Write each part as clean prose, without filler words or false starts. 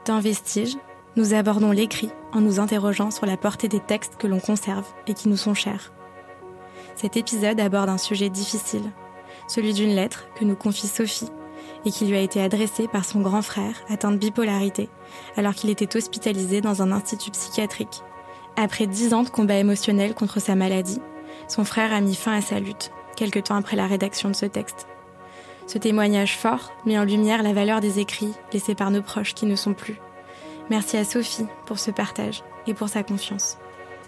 Dans Vestiges, nous abordons l'écrit en nous interrogeant sur la portée des textes que l'on conserve et qui nous sont chers. Cet épisode aborde un sujet difficile, celui d'une lettre que nous confie Sophie et qui lui a été adressée par son grand frère atteint de bipolarité alors qu'il était hospitalisé dans un institut psychiatrique. Après 10 ans de combat émotionnel contre sa maladie, son frère a mis fin à sa lutte, quelque temps après la rédaction de ce texte. Ce témoignage fort met en lumière la valeur des écrits laissés par nos proches qui ne sont plus. Merci à Sophie pour ce partage et pour sa confiance.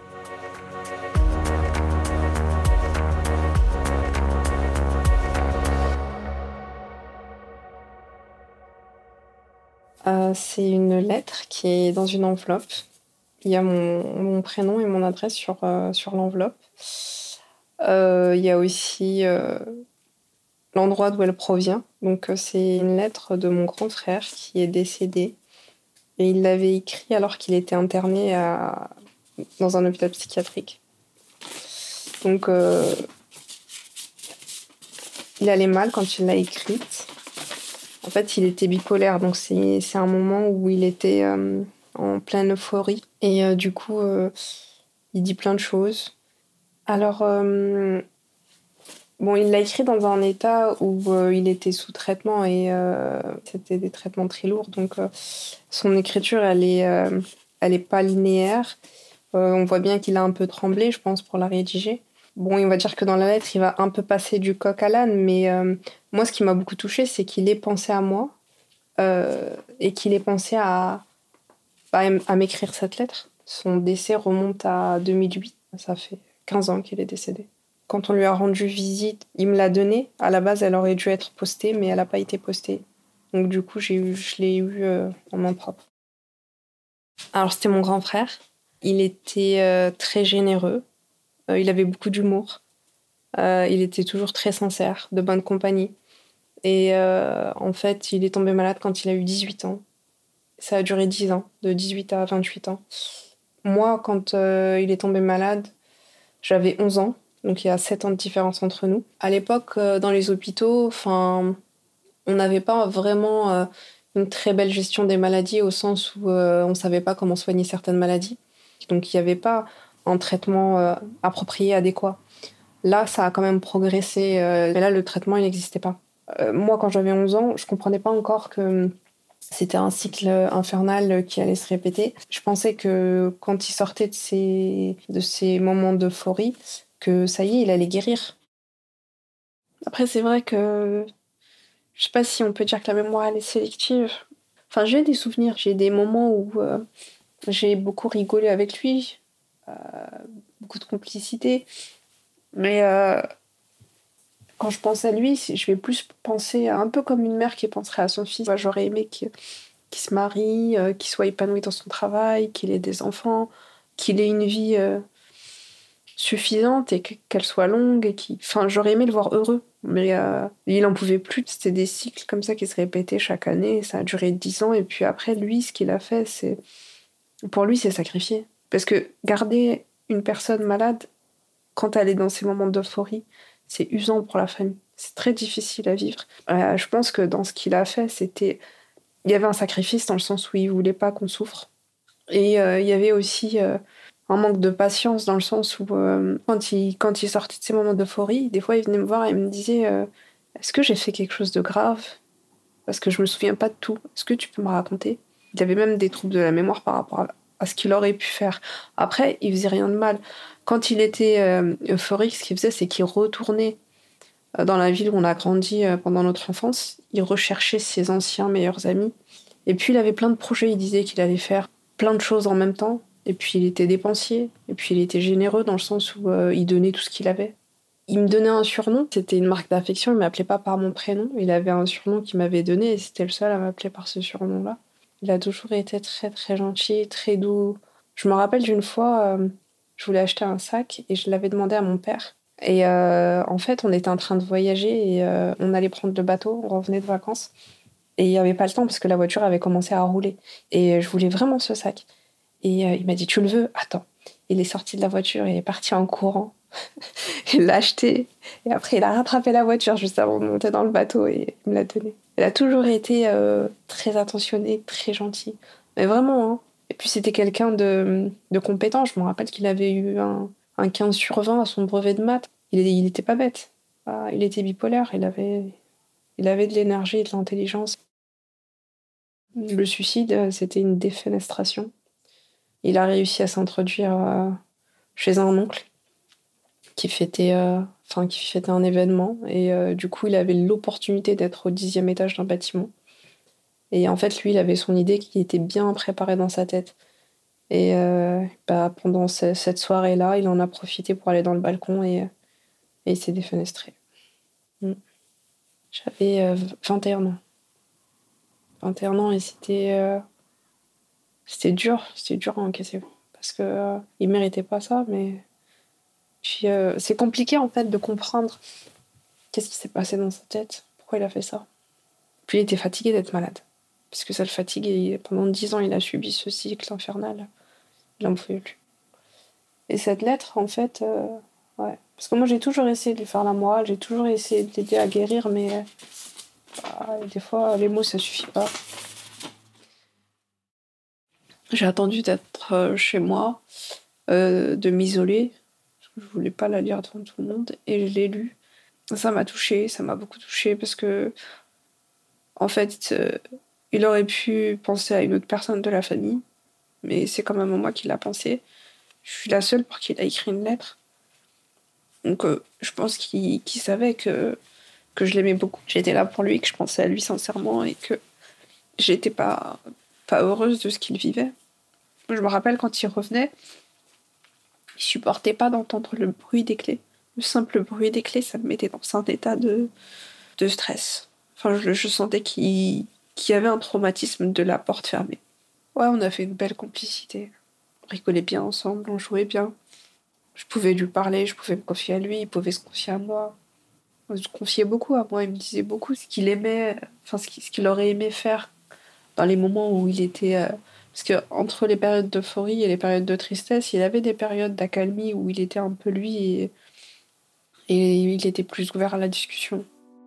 C'est une lettre qui est dans une enveloppe. Il y a mon prénom et mon adresse sur l'enveloppe. Il y a aussi l'endroit d'où elle provient. Donc c'est une lettre de mon grand frère qui est décédé. Et il l'avait écrit alors qu'il était interné dans un hôpital psychiatrique. Donc il allait mal quand il l'a écrite. En fait, il était bipolaire, donc c'est un moment où il était en pleine euphorie. Et du coup, il dit plein de choses. Alors, il l'a écrit dans un état où il était sous traitement et c'était des traitements très lourds. Donc, son écriture, elle est pas linéaire. On voit bien qu'il a un peu tremblé, je pense, pour la rédiger. On va dire que dans la lettre, il va un peu passer du coq à l'âne, mais moi, ce qui m'a beaucoup touchée, c'est qu'il ait pensé à moi et qu'il ait pensé à m'écrire cette lettre. Son décès remonte à 2008. Ça fait 15 ans qu'il est décédé. Quand on lui a rendu visite, il me l'a donnée. À la base, elle aurait dû être postée, mais elle n'a pas été postée. Donc du coup, je l'ai eue en main propre. Alors, c'était mon grand frère. Il était très généreux. Il avait beaucoup d'humour. Il était toujours très sincère, de bonne compagnie. Et en fait, il est tombé malade quand il a eu 18 ans. Ça a duré 10 ans, de 18 à 28 ans. Moi, quand il est tombé malade, j'avais 11 ans. Donc il y a 7 ans de différence entre nous. À l'époque, dans les hôpitaux, on n'avait pas vraiment une très belle gestion des maladies au sens où on ne savait pas comment soigner certaines maladies. Donc il n'y avait pas un traitement approprié, adéquat. Là, ça a quand même progressé, mais là, le traitement, il n'existait pas. Moi, quand j'avais 11 ans, je ne comprenais pas encore que c'était un cycle infernal qui allait se répéter. Je pensais que quand il sortait de ces moments d'euphorie, que ça y est, il allait guérir. Après, c'est vrai que je ne sais pas si on peut dire que la mémoire, elle est sélective. Enfin, j'ai des souvenirs, j'ai des moments où j'ai beaucoup rigolé avec lui, beaucoup de complicité. Mais quand je pense à lui, je vais plus penser un peu comme une mère qui penserait à son fils. J'aurais aimé qu'il se marie, qu'il soit épanoui dans son travail, qu'il ait des enfants, qu'il ait une vie suffisante et qu'elle soit longue. J'aurais aimé le voir heureux. Mais il n'en pouvait plus. C'était des cycles comme ça qui se répétaient chaque année. Ça a duré 10 ans. Et puis après, lui, ce qu'il a fait, pour lui, c'est sacrifié. Parce que garder une personne malade, quand elle est dans ces moments d'euphorie, c'est usant pour la famille. C'est très difficile à vivre. Je pense que dans ce qu'il a fait, il y avait un sacrifice dans le sens où il voulait pas qu'on souffre. Et il y avait aussi un manque de patience dans le sens où quand il sortait de ces moments d'euphorie, des fois il venait me voir et il me disait est-ce que j'ai fait quelque chose de grave ? Parce que je me souviens pas de tout. Est-ce que tu peux me raconter ? Il avait même des troubles de la mémoire par rapport à ce qu'il aurait pu faire. Après, il faisait rien de mal. Quand il était euphorique, ce qu'il faisait, c'est qu'il retournait dans la ville où on a grandi pendant notre enfance. Il recherchait ses anciens meilleurs amis. Et puis, il avait plein de projets. Il disait qu'il allait faire plein de choses en même temps. Et puis, il était dépensier. Et puis, il était généreux dans le sens où il donnait tout ce qu'il avait. Il me donnait un surnom. C'était une marque d'affection. Il m'appelait pas par mon prénom. Il avait un surnom qu'il m'avait donné et c'était le seul à m'appeler par ce surnom-là. Il a toujours été très, très gentil, très doux. Je me rappelle d'une fois, je voulais acheter un sac et je l'avais demandé à mon père. Et en fait, on était en train de voyager et on allait prendre le bateau, on revenait de vacances. Et il n'y avait pas le temps parce que la voiture avait commencé à rouler. Et je voulais vraiment ce sac. Et il m'a dit, tu le veux ? Attends. Il est sorti de la voiture et il est parti en courant. Il l'a acheté. Et après, il a rattrapé la voiture juste avant de monter dans le bateau et il me l'a donné. Elle a toujours été très attentionnée, très gentille. Mais vraiment, hein. Et puis c'était quelqu'un de compétent. Je me rappelle qu'il avait eu un 15/20 à son brevet de maths. Il était pas bête. Ah, il était bipolaire, il avait de l'énergie et de l'intelligence. Le suicide, c'était une défenestration. Il a réussi à s'introduire chez un oncle qui fêtait un événement. Et du coup, il avait l'opportunité d'être au 10e étage d'un bâtiment. Et en fait, lui, il avait son idée qui était bien préparée dans sa tête. Et pendant cette soirée-là, il en a profité pour aller dans le balcon et il s'est défenestré. Mm. J'avais 21 ans. 21 ans et c'était dur à encaisser. Parce que il méritait pas ça, mais puis c'est compliqué en fait de comprendre qu'est-ce qui s'est passé dans sa tête, pourquoi il a fait ça. Puis il était fatigué d'être malade, parce que ça le fatigue et pendant 10 ans il a subi ce cycle infernal. Il en pouvait plus. Et cette lettre, en fait, ouais. Parce que moi j'ai toujours essayé de lui faire la morale, j'ai toujours essayé de l'aider à guérir, mais des fois les mots ça suffit pas. J'ai attendu d'être chez moi, de m'isoler, parce que je voulais pas la lire devant tout le monde, et je l'ai lue. Ça m'a touchée, ça m'a beaucoup touchée, parce que, en fait, il aurait pu penser à une autre personne de la famille, mais c'est quand même à moi qu'il a pensé. Je suis la seule pour qui il a écrit une lettre. Donc je pense qu'il savait que je l'aimais beaucoup. J'étais là pour lui, que je pensais à lui sincèrement et que j'étais pas heureuse de ce qu'il vivait. Je me rappelle quand il revenait, il supportait pas d'entendre le bruit des clés. Le simple bruit des clés, ça me mettait dans un état de stress. Enfin, je sentais qu'il y avait un traumatisme de la porte fermée. Ouais, on a fait une belle complicité. On rigolait bien ensemble, on jouait bien. Je pouvais lui parler, je pouvais me confier à lui, il pouvait se confier à moi. On se confiait beaucoup à moi, il me disait beaucoup ce qu'il aimait, enfin ce qu'il aurait aimé faire dans les moments où il était... parce que entre les périodes d'euphorie et les périodes de tristesse, il avait des périodes d'accalmie où il était un peu lui et il était plus ouvert à la discussion.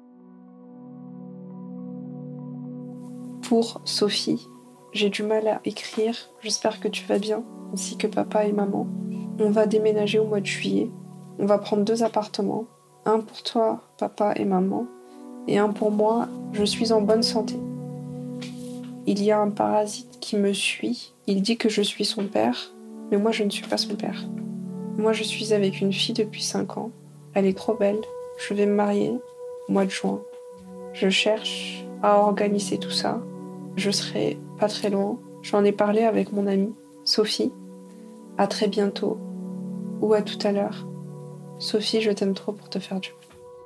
Pour Sophie, j'ai du mal à écrire, j'espère que tu vas bien, ainsi que papa et maman. On va déménager au mois de juillet. On va prendre 2 appartements. Un pour toi, papa et maman, et un pour moi, je suis en bonne santé. Il y a un parasite qui me suit. Il dit que je suis son père, mais moi je ne suis pas son père. Moi je suis avec une fille depuis 5 ans. Elle est trop belle. Je vais me marier au mois de juin. Je cherche à organiser tout ça. Je serai pas très loin. J'en ai parlé avec mon amie, Sophie. À très bientôt. Ou à tout à l'heure. Sophie, je t'aime trop pour te faire du mal.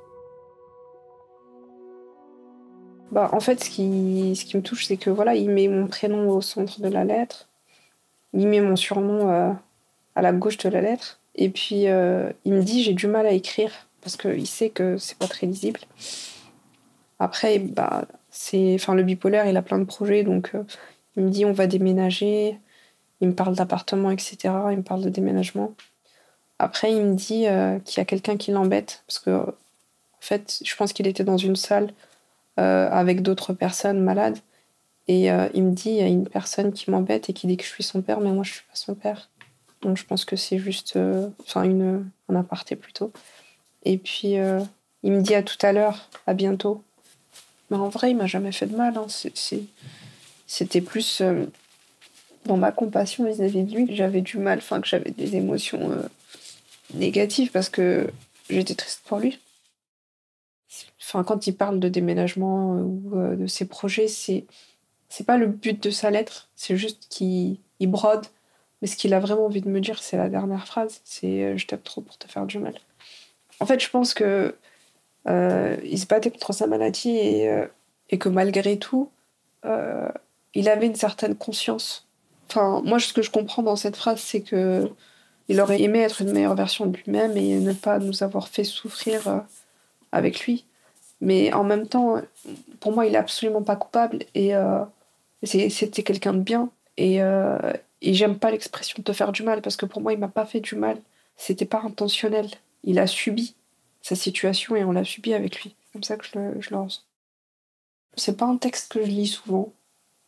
Bah, en fait, ce qui me touche, c'est que voilà, il met mon prénom au centre de la lettre. Il met mon surnom à la gauche de la lettre. Et puis, il me dit j'ai du mal à écrire parce qu'il sait que c'est pas très lisible. Après, bah, le bipolaire, il a plein de projets, donc il me dit on va déménager. Il me parle d'appartement, etc. Il me parle de déménagement. Après, il me dit qu'il y a quelqu'un qui l'embête parce que, en fait, je pense qu'il était dans une salle avec d'autres personnes malades. Et il me dit il y a une personne qui m'embête et qui dit que je suis son père, mais moi je suis pas son père. Donc je pense que c'est juste un aparté plutôt. Et puis il me dit à tout à l'heure, à bientôt. Mais en vrai, il m'a jamais fait de mal. Hein. C'était plus dans ma compassion vis-à-vis de lui que j'avais du mal, que j'avais des émotions négatives parce que j'étais triste pour lui. Quand il parle de déménagement ou de ses projets, c'est pas le but de sa lettre, c'est juste qu'il brode. Mais ce qu'il a vraiment envie de me dire, c'est la dernière phrase, c'est je t'aime trop pour te faire du mal. En fait, je pense que il se battait contre sa maladie et que malgré tout, euh, il avait une certaine conscience. Enfin, moi, ce que je comprends dans cette phrase, c'est que il aurait aimé être une meilleure version de lui-même et ne pas nous avoir fait souffrir avec lui. Mais en même temps, pour moi, il est absolument pas coupable et c'était quelqu'un de bien. Et j'aime pas l'expression te faire du mal parce que pour moi, il m'a pas fait du mal. C'était pas intentionnel. Il a subi sa situation et on l'a subi avec lui. C'est comme ça que je le ressens. C'est pas un texte que je lis souvent.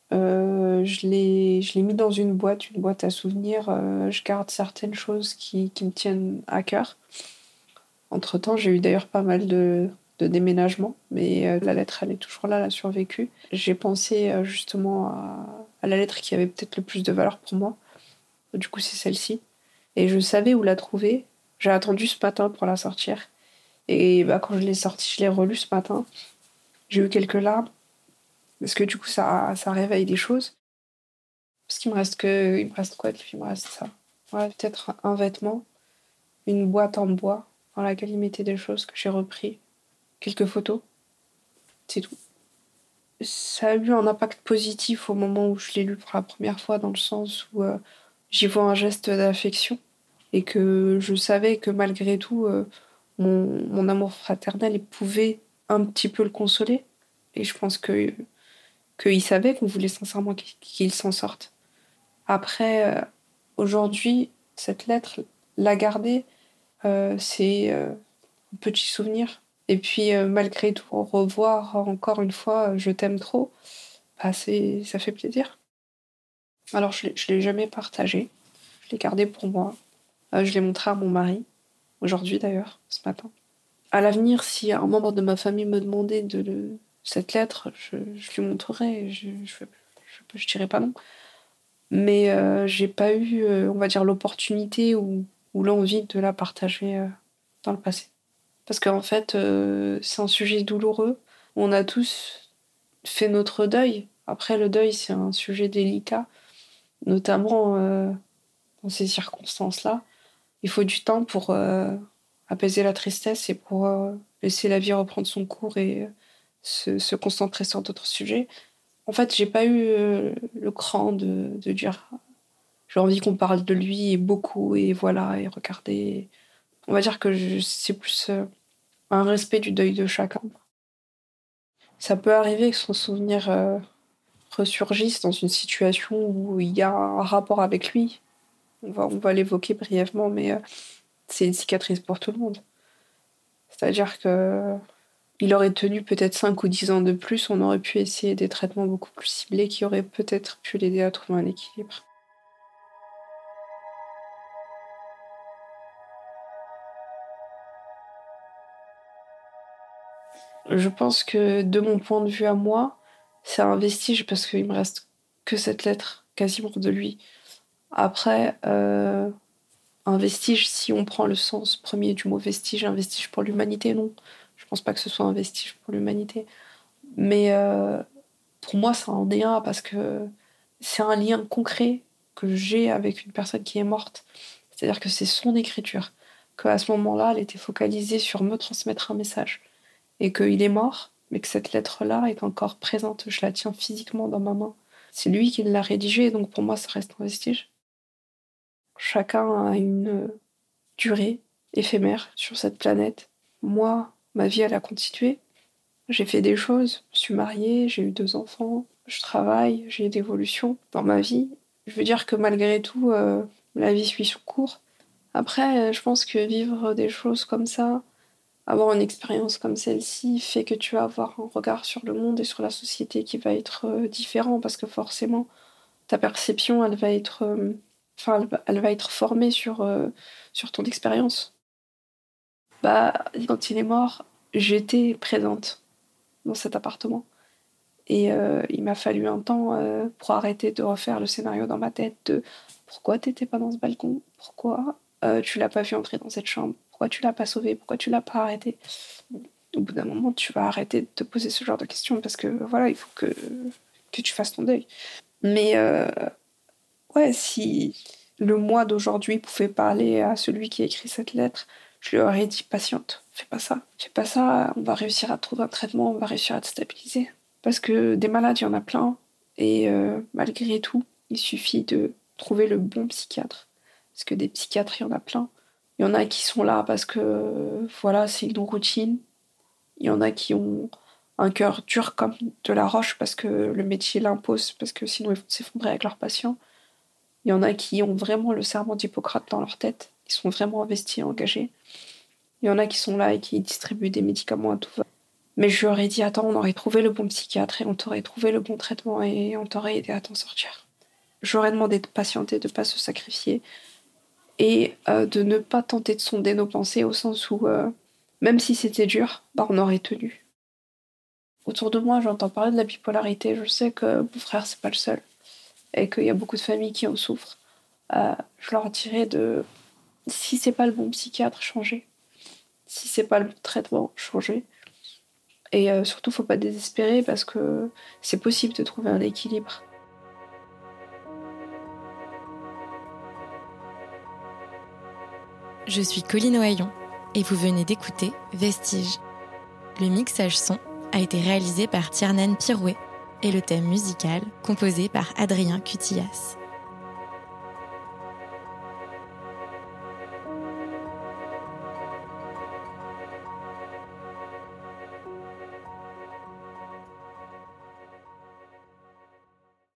Je l'ai mis dans une boîte à souvenirs. Je garde certaines choses qui me tiennent à cœur. Entre-temps, j'ai eu d'ailleurs pas mal de déménagements, mais la lettre, elle est toujours là, elle a survécu. J'ai pensé justement à la lettre qui avait peut-être le plus de valeur pour moi. Du coup, c'est celle-ci. Et je savais où la trouver. J'ai attendu ce matin pour la sortir. Et quand je l'ai sortie, je l'ai relue ce matin. J'ai eu quelques larmes. Parce que du coup, ça réveille des choses. Parce il me reste quoi de lui? Il me reste ça. Ouais, peut-être un vêtement, une boîte en bois dans laquelle il mettait des choses que j'ai repris, quelques photos, c'est tout. Ça a eu un impact positif au moment où je l'ai lu pour la première fois, dans le sens où j'y vois un geste d'affection et que je savais que malgré tout, mon amour fraternel il pouvait un petit peu le consoler. Et je pense qu'il savait qu'on voulait sincèrement qu'il s'en sorte. Après, aujourd'hui, cette lettre, la garder, c'est un petit souvenir. Et puis, malgré tout, revoir encore une fois Je t'aime trop, ça fait plaisir. Alors, je l'ai jamais partagé. Je l'ai gardé pour moi. Je l'ai montré à mon mari, aujourd'hui d'ailleurs, ce matin. À l'avenir, si un membre de ma famille me demandait cette lettre, je lui montrerai. Je dirais pas non. Mais j'ai pas eu, on va dire, l'opportunité ou l'envie de la partager dans le passé. Parce qu'en fait, c'est un sujet douloureux. On a tous fait notre deuil. Après, le deuil, c'est un sujet délicat, notamment dans ces circonstances-là. Il faut du temps pour apaiser la tristesse et pour laisser la vie reprendre son cours et se concentrer sur d'autres sujets. En fait, j'ai pas eu le cran de dire j'ai envie qu'on parle de lui et beaucoup et voilà et regardez. On va dire que c'est plus un respect du deuil de chacun. Ça peut arriver que son souvenir ressurgisse dans une situation où il y a un rapport avec lui. On va l'évoquer brièvement, mais c'est une cicatrice pour tout le monde. C'est-à-dire que il aurait tenu peut-être 5 ou 10 ans de plus, on aurait pu essayer des traitements beaucoup plus ciblés qui auraient peut-être pu l'aider à trouver un équilibre. Je pense que de mon point de vue à moi, c'est un vestige parce qu'il me reste que cette lettre quasiment de lui. Après, un vestige, si on prend le sens premier du mot vestige, un vestige pour l'humanité, non. Je pense pas que ce soit un vestige pour l'humanité. Mais pour moi, ça en est un parce que c'est un lien concret que j'ai avec une personne qui est morte. C'est-à-dire que c'est son écriture. Qu'à ce moment-là, elle était focalisée sur me transmettre un message. Et qu'il est mort, mais que cette lettre-là est encore présente. Je la tiens physiquement dans ma main. C'est lui qui l'a rédigée, donc pour moi, ça reste un vestige. Chacun a une durée éphémère sur cette planète. Moi, ma vie, elle a continué. J'ai fait des choses, je me suis mariée, j'ai eu 2 enfants, je travaille, j'ai eu d'évolution dans ma vie. Je veux dire que malgré tout, la vie suit son cours. Après, je pense que vivre des choses comme ça, avoir une expérience comme celle-ci, fait que tu vas avoir un regard sur le monde et sur la société qui va être différent parce que forcément, ta perception, elle va être, elle va être formée sur ton expérience. Quand il est mort, j'étais présente dans cet appartement. Et il m'a fallu un temps pour arrêter de refaire le scénario dans ma tête de pourquoi t'étais pas dans ce balcon, pourquoi tu l'as pas vu entrer dans cette chambre, pourquoi tu l'as pas sauvé, pourquoi tu l'as pas arrêté. Au bout d'un moment, tu vas arrêter de te poser ce genre de questions parce que voilà, il faut que tu fasses ton deuil. Mais ouais, si le moi d'aujourd'hui pouvait parler à celui qui a écrit cette lettre, je lui aurais dit patiente, fais pas ça, on va réussir à trouver un traitement, on va réussir à te stabiliser. Parce que des malades, il y en a plein, et malgré tout, il suffit de trouver le bon psychiatre. Parce que des psychiatres, il y en a plein. Il y en a qui sont là parce que voilà, c'est une routine. Il y en a qui ont un cœur dur comme de la roche parce que le métier l'impose, parce que sinon ils vont s'effondrer avec leurs patients. Il y en a qui ont vraiment le serment d'Hippocrate dans leur tête, qui sont vraiment investis et engagés. Il y en a qui sont là et qui distribuent des médicaments à tout va. Mais je lui aurais dit, attends, on aurait trouvé le bon psychiatre et on t'aurait trouvé le bon traitement et on t'aurait aidé à t'en sortir. J'aurais demandé de patienter, de ne pas se sacrifier et de ne pas tenter de sonder nos pensées au sens où, même si c'était dur, on aurait tenu. Autour de moi, j'entends parler de la bipolarité. Je sais que mon frère, c'est pas le seul et qu'il y a beaucoup de familles qui en souffrent. Je leur dirais de, si c'est pas le bon psychiatre, changer. Si c'est pas le bon traitement, changer. Et surtout, faut pas désespérer parce que c'est possible de trouver un équilibre. Je suis Colline Ohaillon et vous venez d'écouter Vestiges. Le mixage son a été réalisé par Tiernan Pirouet et le thème musical composé par Adrien Cutillas.